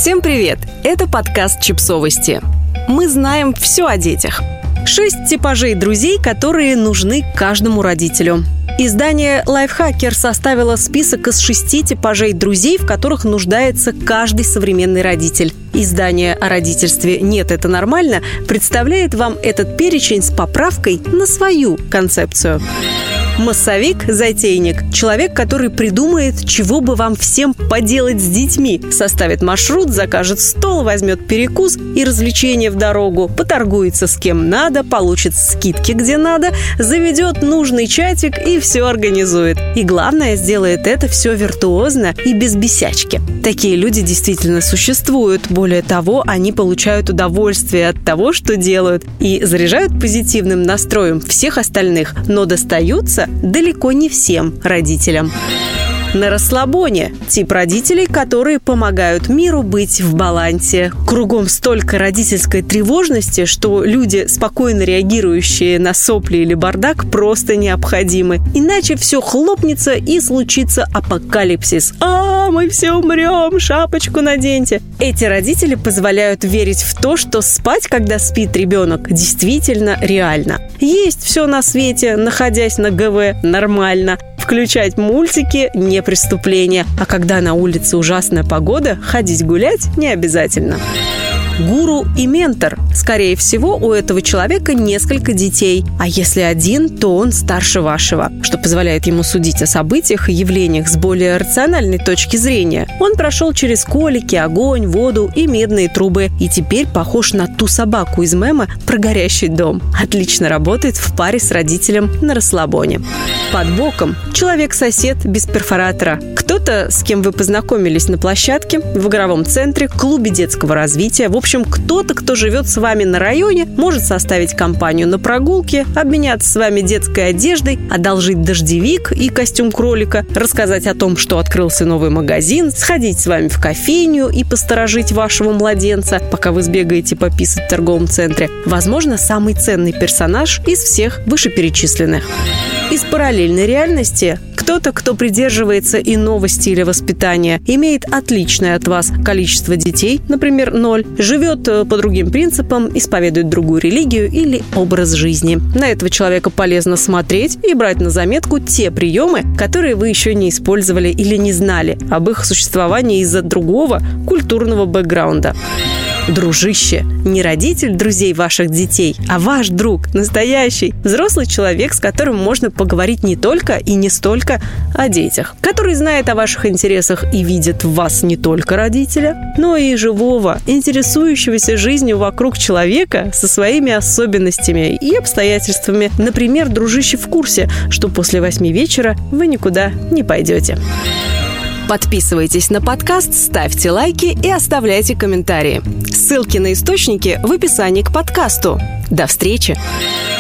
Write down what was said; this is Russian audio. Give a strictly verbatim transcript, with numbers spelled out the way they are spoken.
Всем привет! Это подкаст «Чипсовости». Мы знаем все о детях. Шесть типажей друзей, которые нужны каждому родителю. Издание «Лайфхакер» составило список из шести типажей друзей, в которых нуждается каждый современный родитель. Издание о родительстве «Нет, это нормально» представляет вам этот перечень с поправкой на свою концепцию. Массовик-затейник – человек, который придумает, чего бы вам всем поделать с детьми, составит маршрут, закажет стол, возьмет перекус и развлечения в дорогу, поторгуется с кем надо, получит скидки где надо, заведет нужный чатик и все организует. И главное, сделает это все виртуозно и без бесячки. Такие люди действительно существуют. Более того, они получают удовольствие от того, что делают, и заряжают позитивным настроем всех остальных, но достаются далеко не всем родителям. На расслабоне – тип родителей, которые помогают миру быть в балансе. Кругом столько родительской тревожности, что люди, спокойно реагирующие на сопли или бардак, просто необходимы. Иначе все хлопнется и случится апокалипсис. «А, мы все умрем, шапочку наденьте!» Эти родители позволяют верить в то, что спать, когда спит ребенок, действительно реально. Есть все на свете, находясь на ГВ, нормально. Включать мультики – не преступление. А когда на улице ужасная погода, ходить гулять не обязательно. Гуру и ментор. Скорее всего, у этого человека несколько детей. А если один, то он старше вашего, что позволяет ему судить о событиях и явлениях с более рациональной точки зрения. Он прошел через колики, огонь, воду и медные трубы. И теперь похож на ту собаку из мема про горящий дом. Отлично работает в паре с родителем на расслабоне. Под боком человек-сосед без перфоратора. Кто-то, с кем вы познакомились на площадке, в игровом центре, клубе детского развития. В общем, кто-то, кто живет с вами на районе, может составить компанию на прогулке, обменяться с вами детской одеждой, одолжить дождевик и костюм кролика, рассказать о том, что открылся новый магазин, сходить с вами в кофейню и посторожить вашего младенца, пока вы сбегаете пописать в торговом центре. Возможно, самый ценный персонаж из всех вышеперечисленных. Из параллельной реальности кто-то, кто придерживается иного стиля воспитания, имеет отличное от вас количество детей, например, ноль, живет по другим принципам, исповедует другую религию или образ жизни. На этого человека полезно смотреть и брать на заметку те приемы, которые вы еще не использовали или не знали об их существовании из-за другого культурного бэкграунда. Дружище. Не родитель друзей ваших детей, а ваш друг, настоящий, взрослый человек, с которым можно поговорить не только и не столько о детях, который знает о ваших интересах и видит в вас не только родителя, но и живого, интересующегося жизнью вокруг человека со своими особенностями и обстоятельствами. Например, дружище в курсе, что после восьми вечера вы никуда не пойдете. Подписывайтесь на подкаст, ставьте лайки и оставляйте комментарии. Ссылки на источники в описании к подкасту. До встречи!